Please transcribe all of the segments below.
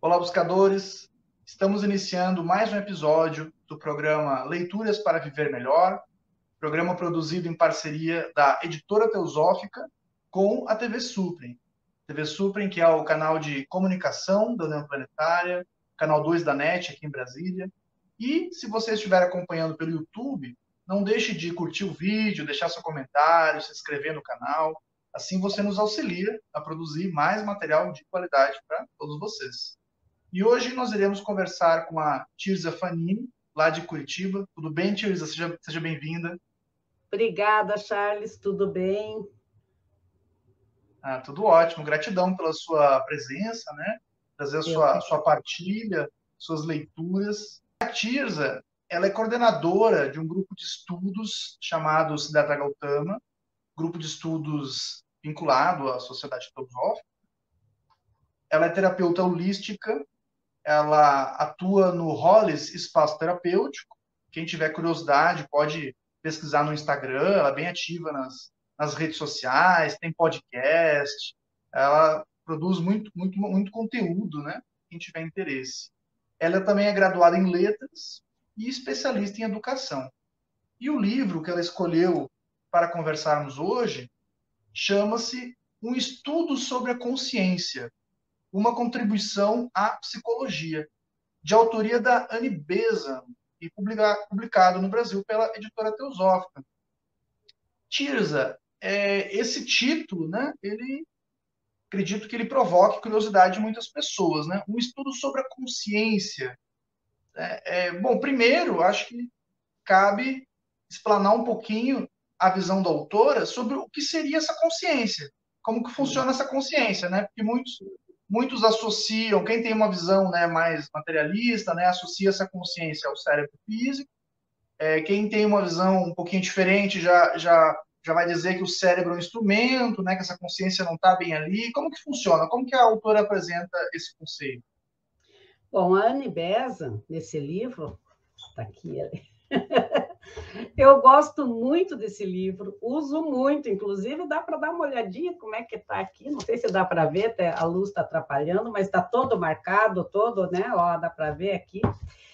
Olá, buscadores! Estamos iniciando mais um episódio do programa Leituras para Viver Melhor, programa produzido em parceria da Editora Teosófica com a TV Suprem. TV Suprem, que é o canal de comunicação da União Planetária, canal 2 da NET aqui em Brasília. E se você estiver acompanhando pelo YouTube, não deixe de curtir o vídeo, deixar seu comentário, se inscrever no canal. Assim você nos auxilia a produzir mais material de qualidade para todos vocês. E hoje nós iremos conversar com a Tirza Fanini, lá de Curitiba. Tudo bem, Tirza? Seja bem-vinda. Obrigada, Charles, tudo bem? Tudo ótimo. Gratidão pela sua presença, né? Trazer a Eu que... sua partilha, suas leituras. A Tirza, ela é coordenadora de um grupo de estudos chamado Siddhartha Gautama, grupo de estudos vinculado à Sociedade Teosófica. Ela é terapeuta holística. Ela atua no Hollis Espaço Terapêutico. Quem tiver curiosidade pode pesquisar no Instagram, ela é bem ativa nas redes sociais, tem podcast, ela produz muito conteúdo, né? Quem tiver interesse. Ela também é graduada em letras e especialista em educação. E o livro que ela escolheu para conversarmos hoje chama-se Um Estudo sobre a Consciência, uma contribuição à psicologia, de autoria da Annie Besant e publicado no Brasil pela Editora Teosófica. Tirza, esse título, né, acredito que ele provoque curiosidade de muitas pessoas, né? Um estudo sobre a consciência. Bom, primeiro, acho que cabe explanar um pouquinho a visão da autora sobre o que seria essa consciência, como que funciona essa consciência, né? Porque muitos associam, quem tem uma visão, né, mais materialista, né, associa essa consciência ao cérebro físico. Quem tem uma visão um pouquinho diferente já vai dizer que o cérebro é um instrumento, né, que essa consciência não está bem ali. Como que funciona? Como que a autora apresenta esse conceito? Bom, a Annie Besant, nesse livro, está aqui, eu gosto muito desse livro, uso muito, inclusive dá para dar uma olhadinha como é que está aqui, não sei se dá para ver, até a luz está atrapalhando, mas está todo marcado, todo, né? Ó, dá para ver aqui.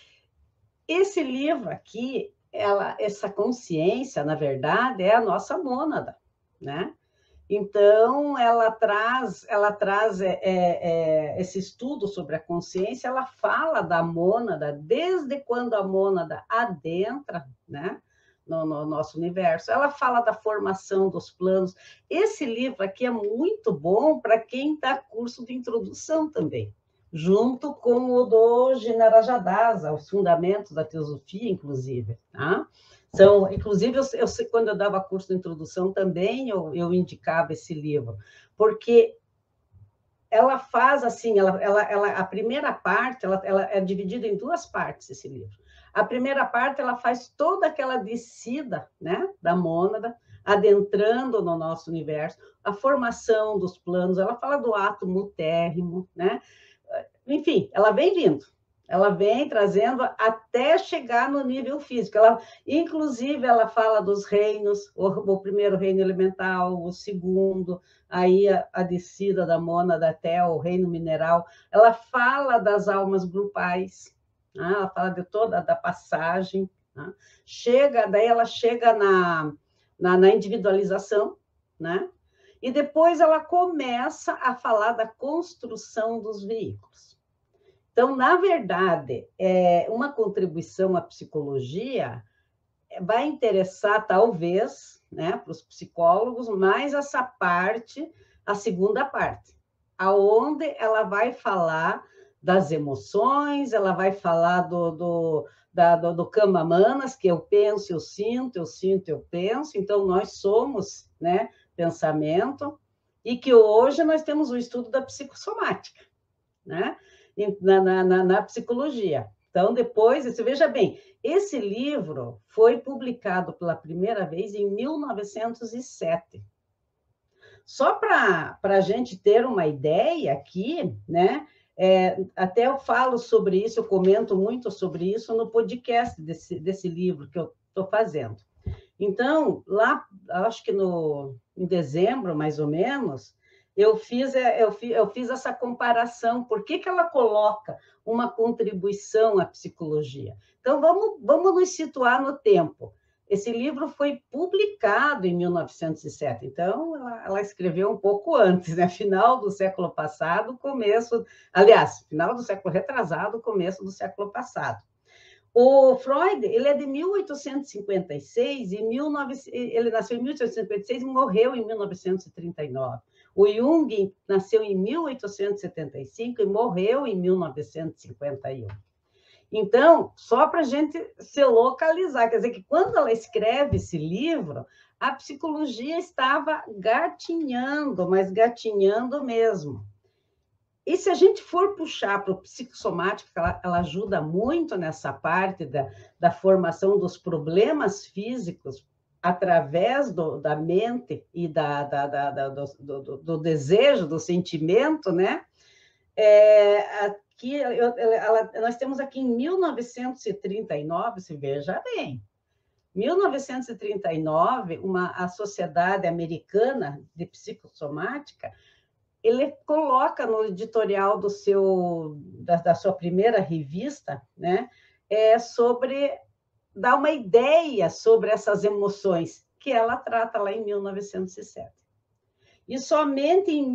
Esse livro aqui, essa consciência, na verdade, é a nossa mônada, né? Então, ela traz esse estudo sobre a consciência, ela fala da mônada, desde quando a mônada adentra, né, no nosso universo. Ela fala da formação dos planos. Esse livro aqui é muito bom para quem está curso de introdução também, junto com o do Generajadasa, os fundamentos da teosofia, inclusive, tá? Inclusive, quando eu dava curso de introdução também, eu indicava esse livro, porque ela faz assim, a primeira parte, ela é dividida em duas partes, esse livro. A primeira parte, ela faz toda aquela descida, né, da mônada, adentrando no nosso universo, a formação dos planos, ela fala do átomo térrimo, né? Enfim, ela vem vindo. Ela vem trazendo até chegar no nível físico. Inclusive, ela fala dos reinos, o primeiro reino elemental, o segundo, aí a descida da mônada até o reino mineral. Ela fala das almas grupais, né? Ela fala de toda a passagem. Né? Daí ela chega na individualização, né? E depois ela começa a falar da construção dos veículos. Então, na verdade, uma contribuição à psicologia vai interessar, talvez, né, para os psicólogos, mais essa parte, a segunda parte, aonde ela vai falar das emoções, ela vai falar do Kama Manas, que eu penso, eu sinto, eu penso. Então, nós somos, né, pensamento, e que hoje nós temos o estudo da psicossomática, né? Na psicologia. Então, depois, você veja bem, esse livro foi publicado pela primeira vez em 1907. Só para a gente ter uma ideia aqui, né? Até eu falo sobre isso, eu comento muito sobre isso no podcast desse livro que eu estou fazendo. Então, lá, acho que em dezembro, mais ou menos, eu fiz essa comparação. Por que ela coloca uma contribuição à psicologia? Então, vamos nos situar no tempo. Esse livro foi publicado em 1907, então ela escreveu um pouco antes, né? Final do século passado, começo... Aliás, final do século retrasado, começo do século passado. O Freud, ele é de 1856, ele nasceu em 1856 e morreu em 1939. O Jung nasceu em 1875 e morreu em 1951. Então, só para a gente se localizar, quer dizer que quando ela escreve esse livro, a psicologia estava gatinhando, mas gatinhando mesmo. E se a gente for puxar para o psicossomático, ela ajuda muito nessa parte da formação dos problemas físicos através da mente e do desejo, do sentimento, né? Aqui, nós temos aqui em 1939, se veja bem, 1939, a Sociedade Americana de Psicossomática, ele coloca no editorial da sua primeira revista, né, dar uma ideia sobre essas emoções, que ela trata lá em 1907. E somente em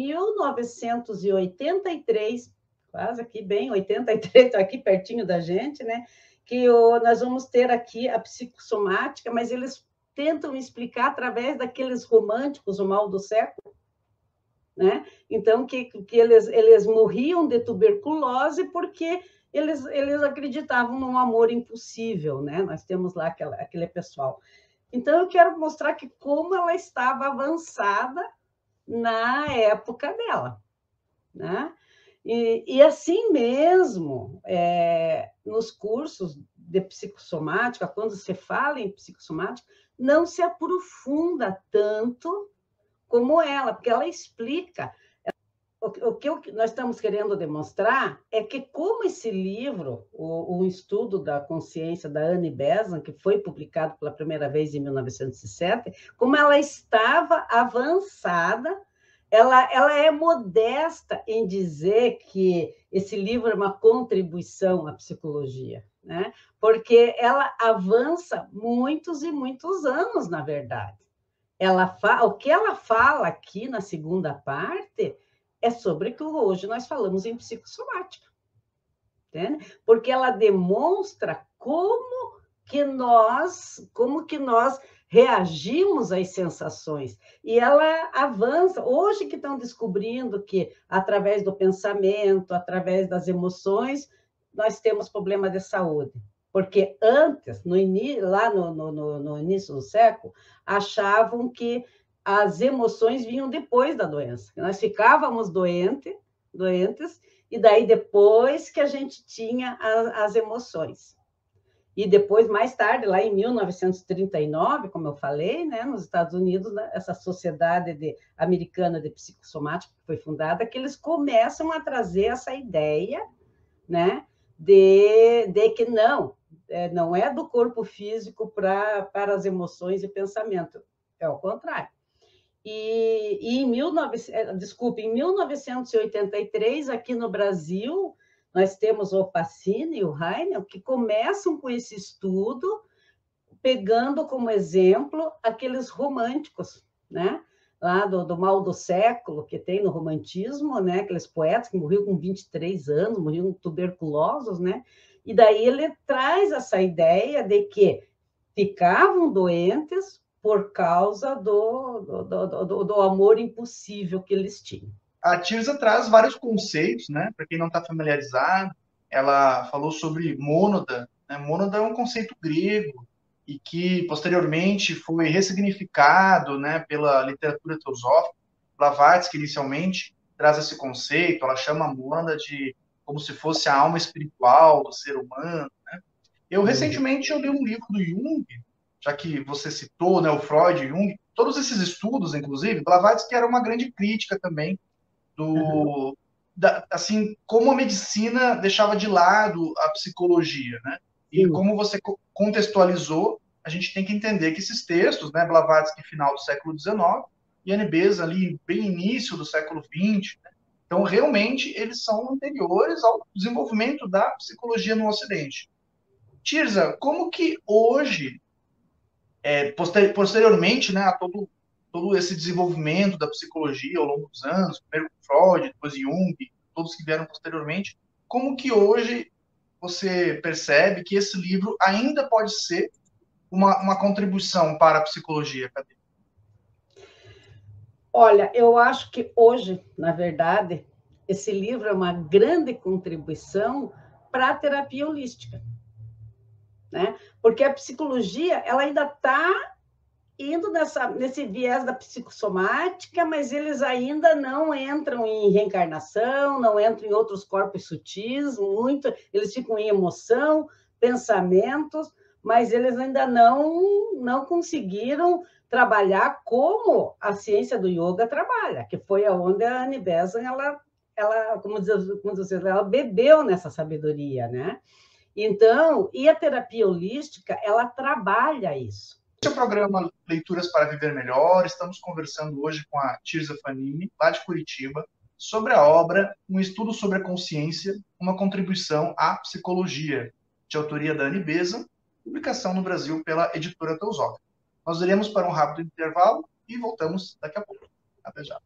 1983, quase aqui bem, 83, aqui pertinho da gente, né, que nós vamos ter aqui a psicossomática, mas eles tentam explicar através daqueles românticos, o mal do século, né? Então, que eles morriam de tuberculose porque eles acreditavam num amor impossível, né? Nós temos lá aquele pessoal. Então, eu quero mostrar que como ela estava avançada na época dela, né? E assim mesmo, nos cursos de psicossomática, quando se fala em psicossomática, não se aprofunda tanto como ela, porque ela explica. O que nós estamos querendo demonstrar é que, como esse livro, o Estudo da Consciência, da Annie Besant, que foi publicado pela primeira vez em 1907, como ela estava avançada, ela é modesta em dizer que esse livro é uma contribuição à psicologia, né? Porque ela avança muitos e muitos anos, na verdade. O que ela fala aqui na segunda parte é sobre o que hoje nós falamos em psicossomática, entende? Porque ela demonstra como que nós reagimos às sensações. E ela avança. Hoje que estão descobrindo que, através do pensamento, através das emoções, nós temos problema de saúde. Porque antes, lá no início do século, achavam que as emoções vinham depois da doença. Nós ficávamos doentes, e daí depois que a gente tinha as emoções. E depois, mais tarde, lá em 1939, como eu falei, né, nos Estados Unidos, né, essa Sociedade Americana de Psicossomática que foi fundada, que eles começam a trazer essa ideia, né, de que não é do corpo físico para as emoções e pensamento, é o contrário. Em 1983, aqui no Brasil, nós temos o Pacini e o Heinel, que começam com esse estudo, pegando como exemplo aqueles românticos, né? Lá do mal do século, que tem no romantismo, né? Aqueles poetas que morriam com 23 anos, morriam tuberculosos, né? E daí ele traz essa ideia de que ficavam doentes por causa do amor impossível que eles tinham. A Tirza traz vários conceitos, né? Para quem não está familiarizado, ela falou sobre mônada. Né? Mônada é um conceito grego e que posteriormente foi ressignificado, né, pela literatura teosófica. Blavatsky inicialmente traz esse conceito, ela chama a mônada de como se fosse a alma espiritual do ser humano. Né? Recentemente eu li um livro do Jung, já que você citou, né, o Freud e Jung, todos esses estudos, inclusive, Blavatsky era uma grande crítica também assim, como a medicina deixava de lado a psicologia, né? E como você contextualizou, a gente tem que entender que esses textos, né, Blavatsky final do século XIX, e Anibesa ali bem início do século XX, né? Então, realmente, eles são anteriores ao desenvolvimento da psicologia no Ocidente. Tirza, como que hoje, posteriormente, né, a todo esse desenvolvimento da psicologia ao longo dos anos, primeiro com Freud, depois Jung, todos que vieram posteriormente, como que hoje você percebe que esse livro ainda pode ser uma contribuição para a psicologia acadêmica? Olha, eu acho que hoje, na verdade, esse livro é uma grande contribuição para a terapia holística, né? Porque a psicologia, ela ainda está indo nesse viés da psicossomática, mas eles ainda não entram em reencarnação, não entram em outros corpos sutis, muito, eles ficam em emoção, pensamentos, mas eles ainda não conseguiram trabalhar como a ciência do yoga trabalha, que foi aonde a Annie Besant, ela como diz, ela bebeu nessa sabedoria, né? Então, e a terapia holística, ela trabalha isso. Este é o programa Leituras para Viver Melhor. Estamos conversando hoje com a Tirza Fanini, lá de Curitiba, sobre a obra Um Estudo sobre a Consciência, uma contribuição à psicologia, de autoria da Annie Besant, publicação no Brasil pela editora Teosófica. Nós iremos para um rápido intervalo e voltamos daqui a pouco. Até já.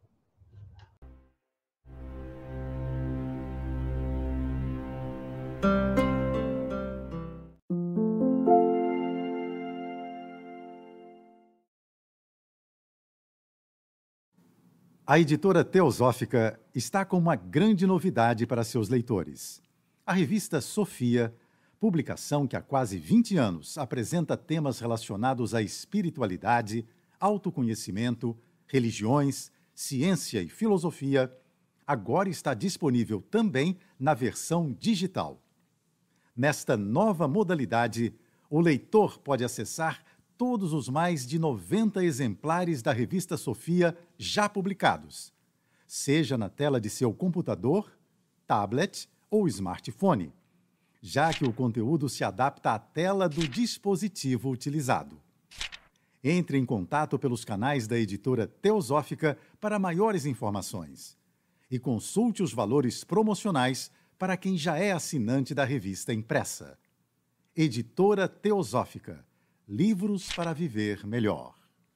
A editora Teosófica está com uma grande novidade para seus leitores. A revista Sofia, publicação que há quase 20 anos apresenta temas relacionados à espiritualidade, autoconhecimento, religiões, ciência e filosofia, agora está disponível também na versão digital. Nesta nova modalidade, o leitor pode acessar todos os mais de 90 exemplares da revista Sofia já publicados, seja na tela de seu computador, tablet ou smartphone, já que o conteúdo se adapta à tela do dispositivo utilizado. Entre em contato pelos canais da editora Teosófica para maiores informações e consulte os valores promocionais para quem já é assinante da revista impressa. Editora Teosófica. Livros para viver melhor.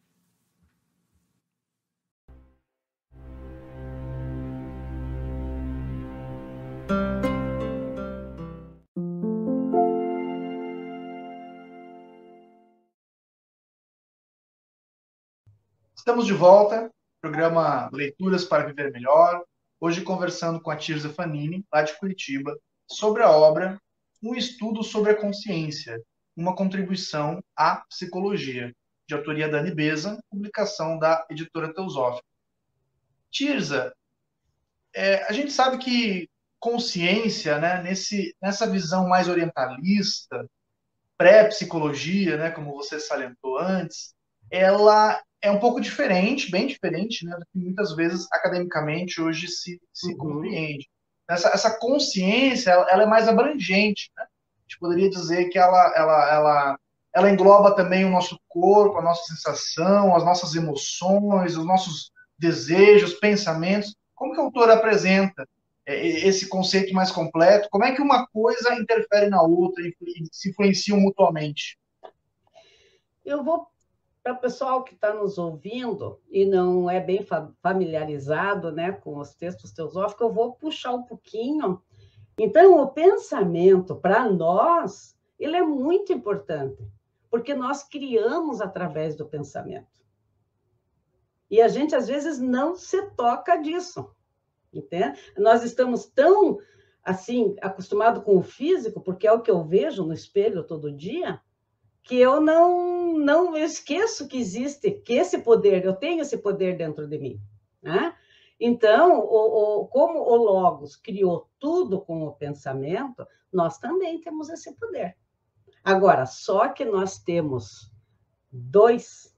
Estamos de volta, programa Leituras para Viver Melhor, hoje conversando com a Tirza Fanini, lá de Curitiba, sobre a obra Um Estudo sobre a Consciência, uma contribuição à psicologia, de autoria da Annie Besant, publicação da editora Teosófica. Tirza, a gente sabe que consciência, né, nessa visão mais orientalista, pré-psicologia, né, como você salientou antes, ela é um pouco diferente, bem diferente, né, do que muitas vezes academicamente hoje se compreende. Essa consciência, ela é mais abrangente, né? A gente poderia dizer que ela engloba também o nosso corpo, a nossa sensação, as nossas emoções, os nossos desejos, pensamentos. Como que o autor apresenta esse conceito mais completo? Como é que uma coisa interfere na outra e se influenciam mutuamente? Eu vou, para o pessoal que está nos ouvindo e não é bem familiarizado, né, com os textos teosóficos, eu vou puxar um pouquinho. Então, o pensamento, para nós, ele é muito importante, porque nós criamos através do pensamento. E a gente, às vezes, não se toca disso. Entende? Nós estamos tão, assim, acostumados com o físico, porque é o que eu vejo no espelho todo dia, que eu não esqueço que existe, que esse poder, eu tenho esse poder dentro de mim, né? Então, como o Logos criou tudo com o pensamento, nós também temos esse poder. Agora, só que nós temos dois.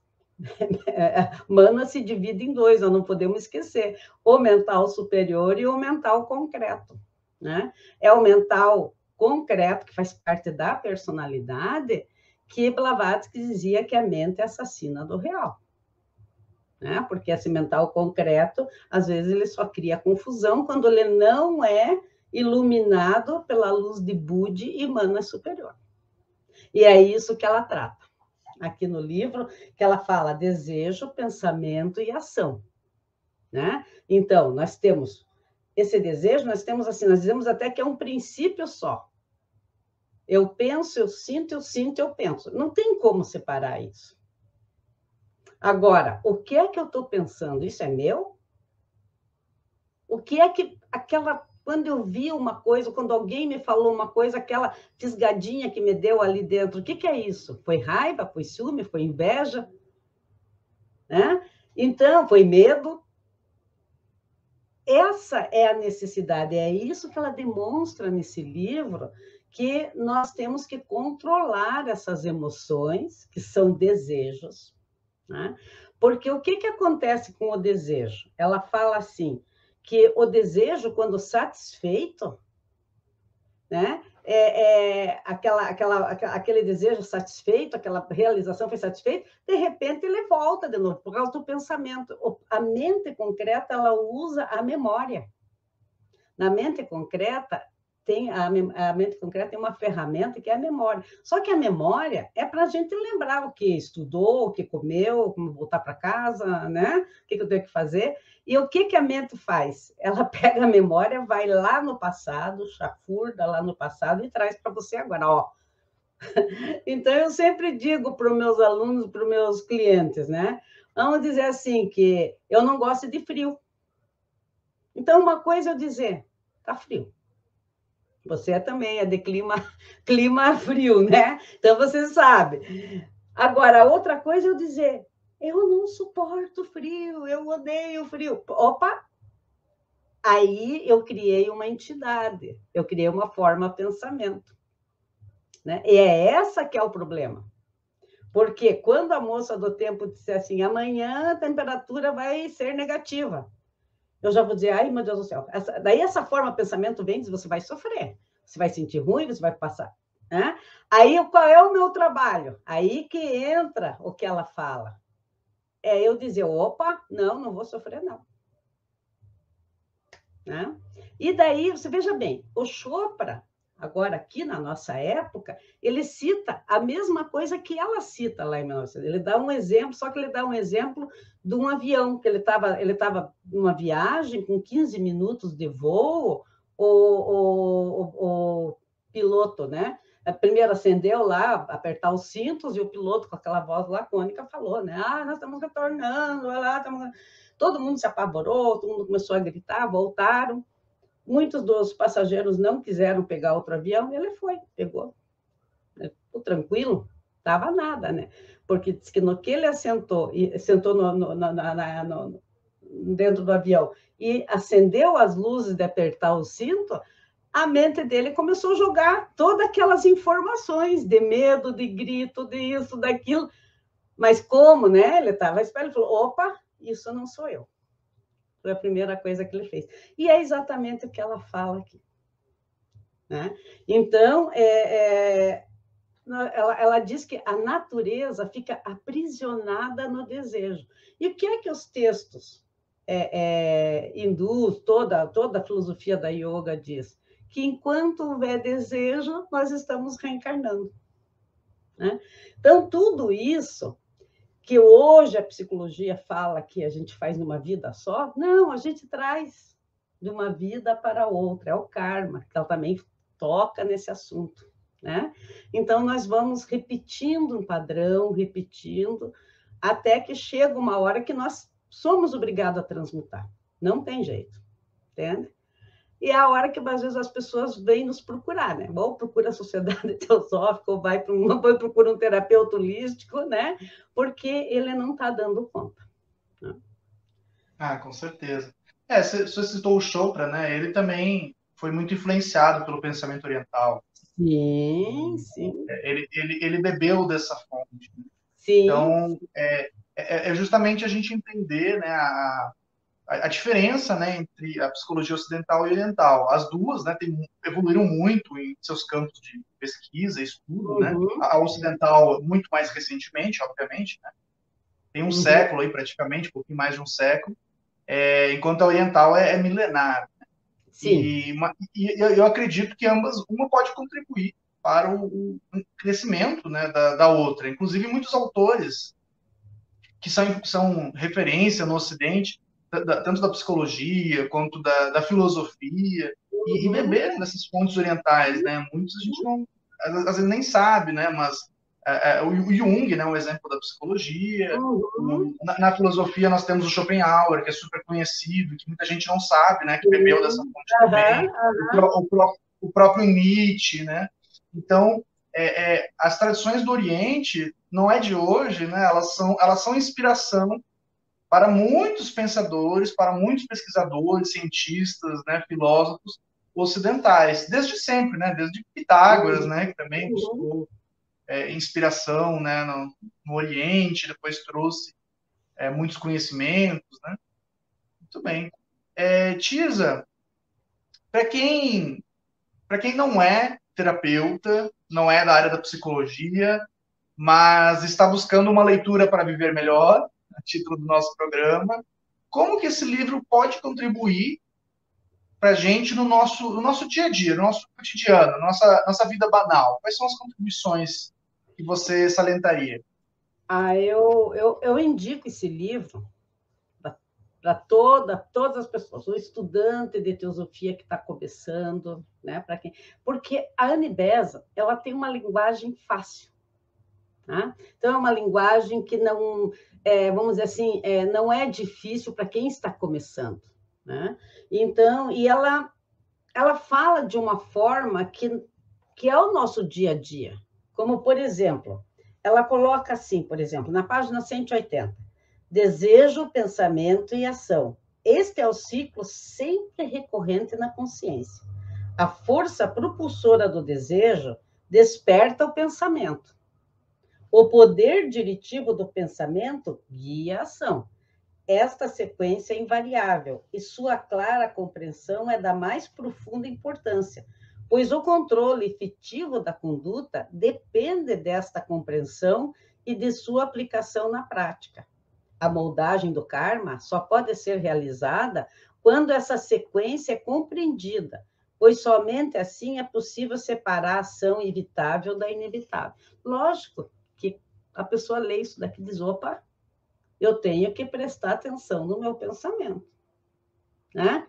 Mana se divide em dois, nós não podemos esquecer: o mental superior e o mental concreto, né? É o mental concreto, que faz parte da personalidade, que Blavatsky dizia que a mente é assassina do real, né? Porque esse mental concreto, às vezes, ele só cria confusão quando ele não é iluminado pela luz de Budi e Mana superior. E é isso que ela trata aqui no livro, que ela fala desejo, pensamento e ação, né? Então, nós temos esse desejo, nós dizemos até que é um princípio só. Eu penso, eu sinto, eu penso. Não tem como separar isso. Agora, o que é que eu estou pensando? Isso é meu? O que é que quando eu vi uma coisa, quando alguém me falou uma coisa, aquela fisgadinha que me deu ali dentro, o que é isso? Foi raiva? Foi ciúme? Foi inveja? Né? Então, foi medo? Essa é a necessidade, é isso que ela demonstra nesse livro, que nós temos que controlar essas emoções, que são desejos, né? Porque o que acontece com o desejo? Ela fala assim, que o desejo, quando satisfeito, né, aquele desejo satisfeito, aquela realização foi satisfeita, de repente ele volta de novo, por causa do pensamento. A mente concreta, ela usa a memória. Na mente concreta, a mente concreta tem uma ferramenta que é a memória. Só que a memória é para a gente lembrar o que estudou, o que comeu, como voltar para casa, né? O que eu tenho que fazer. E o que a mente faz? Ela pega a memória, vai lá no passado, chafurda lá no passado e traz para você agora. Ó. Então, eu sempre digo para os meus alunos, para os meus clientes, né? Vamos dizer assim, que eu não gosto de frio. Então, uma coisa é eu dizer, tá frio. Você também é de clima frio, né? Então, você sabe. Agora, outra coisa é eu dizer, eu não suporto frio, eu odeio frio. Opa! Aí eu criei uma entidade, eu criei uma forma de pensamento. Né? E é essa que é o problema. Porque quando a moça do tempo disser assim, amanhã a temperatura vai ser negativa, eu já vou dizer, ai, meu Deus do céu. Daí essa forma de pensamento vem e diz, você vai sofrer, você vai sentir ruim, você vai passar. Né? Aí, qual é o meu trabalho? Aí que entra o que ela fala. É eu dizer, opa, não vou sofrer, não. Né? E daí, você veja bem, o Chopra, agora aqui na nossa época, ele cita a mesma coisa que ela cita lá em 1900. Ele dá um exemplo, só que ele dá um exemplo de um avião, que ele estava numa viagem com 15 minutos de voo, o piloto, né? Primeiro acendeu lá, apertar os cintos, e o piloto, com aquela voz lacônica, falou, né? Nós estamos retornando, todo mundo se apavorou, todo mundo começou a gritar, voltaram. Muitos dos passageiros não quiseram pegar outro avião, e ele pegou. Ficou tranquilo, estava nada, né? Porque diz que no que ele sentou dentro do avião e acendeu as luzes de apertar o cinto, a mente dele começou a jogar todas aquelas informações de medo, de grito, disso, daquilo. Mas como, né? Ele estava esperando, ele falou, opa, isso não sou eu. Foi a primeira coisa que ele fez. E é exatamente o que ela fala aqui. Né? Então, ela diz que a natureza fica aprisionada no desejo. E o que é que os textos hindus, toda a filosofia da yoga diz? Que enquanto houver desejo, nós estamos reencarnando. Né? Então, tudo isso que hoje a psicologia fala que a gente faz numa vida só, não, a gente traz de uma vida para outra, é o karma, que ela também toca nesse assunto. Né? Então, nós vamos repetindo um padrão, repetindo, até que chega uma hora que nós somos obrigados a transmutar. Não tem jeito, entende? E é a hora que, às vezes, as pessoas vêm nos procurar, né? Ou procura a sociedade teosófica, ou procura um terapeuta holístico, né? Porque ele não está dando conta. Né? Com certeza. Você citou o Chopra, né? Ele também foi muito influenciado pelo pensamento oriental. Sim, sim. Ele bebeu dessa fonte. Sim. Então, é justamente a gente entender, né, a diferença, né, entre a psicologia ocidental e oriental. As duas, né, evoluíram muito em seus campos de pesquisa e estudo, né? A ocidental muito mais recentemente, obviamente, né? tem um século aí, praticamente, um pouquinho mais de um século, enquanto a oriental é milenar. Sim. E eu acredito que ambas, uma pode contribuir para o crescimento, né, da outra. Inclusive, muitos autores que são referência no Ocidente, tanto da psicologia quanto da filosofia, e beberam dessas fontes orientais, né? Muitos a gente não, às vezes nem sabe, né? Mas o Jung, né, um exemplo da psicologia. Na filosofia nós temos o Schopenhauer, que é super conhecido, que muita gente não sabe, né? Que bebeu dessa fonte também. O próprio Nietzsche, né? Então, as tradições do Oriente não é de hoje, né? Elas são inspiração para muitos pensadores, para muitos pesquisadores, cientistas, né, filósofos ocidentais, desde sempre, né? Desde Pitágoras, né? Que também buscou inspiração, né? No Oriente, depois trouxe muitos conhecimentos, né? Muito bem. Tirza, para quem não é terapeuta, não é da área da psicologia, mas está buscando uma leitura para viver melhor, a título do nosso programa, como que esse livro pode contribuir para a gente no nosso dia a dia, no nosso cotidiano, nossa vida banal? Quais são as contribuições que você salientaria? Eu indico esse livro para todas as pessoas, o estudante de teosofia que está começando, né? Para quem, porque a Annie Besant, ela tem uma linguagem fácil, tá? Então é uma linguagem que não, vamos dizer assim, não é difícil para quem está começando, né? Então, e ela fala de uma forma que é o nosso dia a dia, como por exemplo, ela coloca assim, por exemplo, na página 180. Desejo, pensamento e ação. Este é o ciclo sempre recorrente na consciência. A força propulsora do desejo desperta o pensamento. O poder diretivo do pensamento guia a ação. Esta sequência é invariável e sua clara compreensão é da mais profunda importância, pois o controle efetivo da conduta depende desta compreensão e de sua aplicação na prática. A moldagem do karma só pode ser realizada quando essa sequência é compreendida, pois somente assim é possível separar a ação evitável da inevitável. Lógico que a pessoa lê isso daqui e diz, opa, eu tenho que prestar atenção no meu pensamento, né?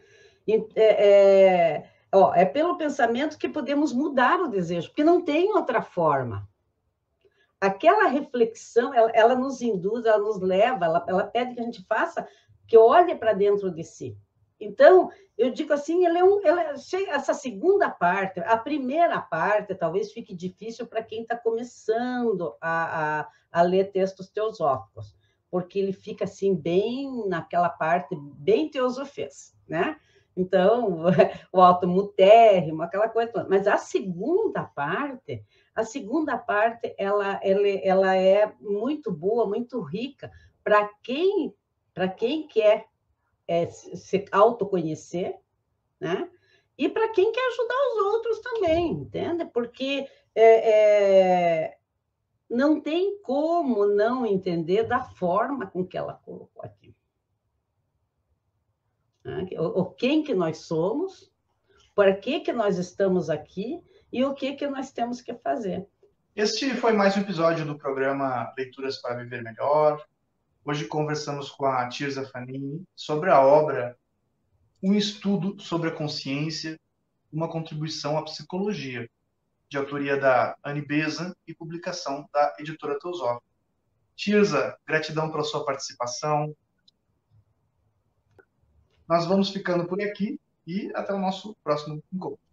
É pelo pensamento que podemos mudar o desejo, porque não tem outra forma. Aquela reflexão, ela nos induz, ela nos leva, ela pede que a gente faça, que olhe para dentro de si. Então, eu digo assim, essa segunda parte, a primeira parte, talvez fique difícil para quem está começando a ler textos teosóficos, porque ele fica assim, bem naquela parte, bem teosofês, né? Então, o automutérrimo, aquela coisa toda. Mas a segunda parte, ela é muito boa, muito rica para quem quer se autoconhecer, né? E para quem quer ajudar os outros também, entende? Porque não tem como não entender da forma com que ela colocou aqui. Quem que nós somos, para que nós estamos aqui e o que nós temos que fazer. Este foi mais um episódio do programa Leituras para Viver Melhor. Hoje conversamos com a Tirza Fanini sobre a obra Um Estudo sobre a Consciência, uma contribuição à psicologia, de autoria da Annie Besant e publicação da editora Teosófica. Tirza, gratidão pela sua participação. Nós vamos ficando por aqui e até o nosso próximo encontro.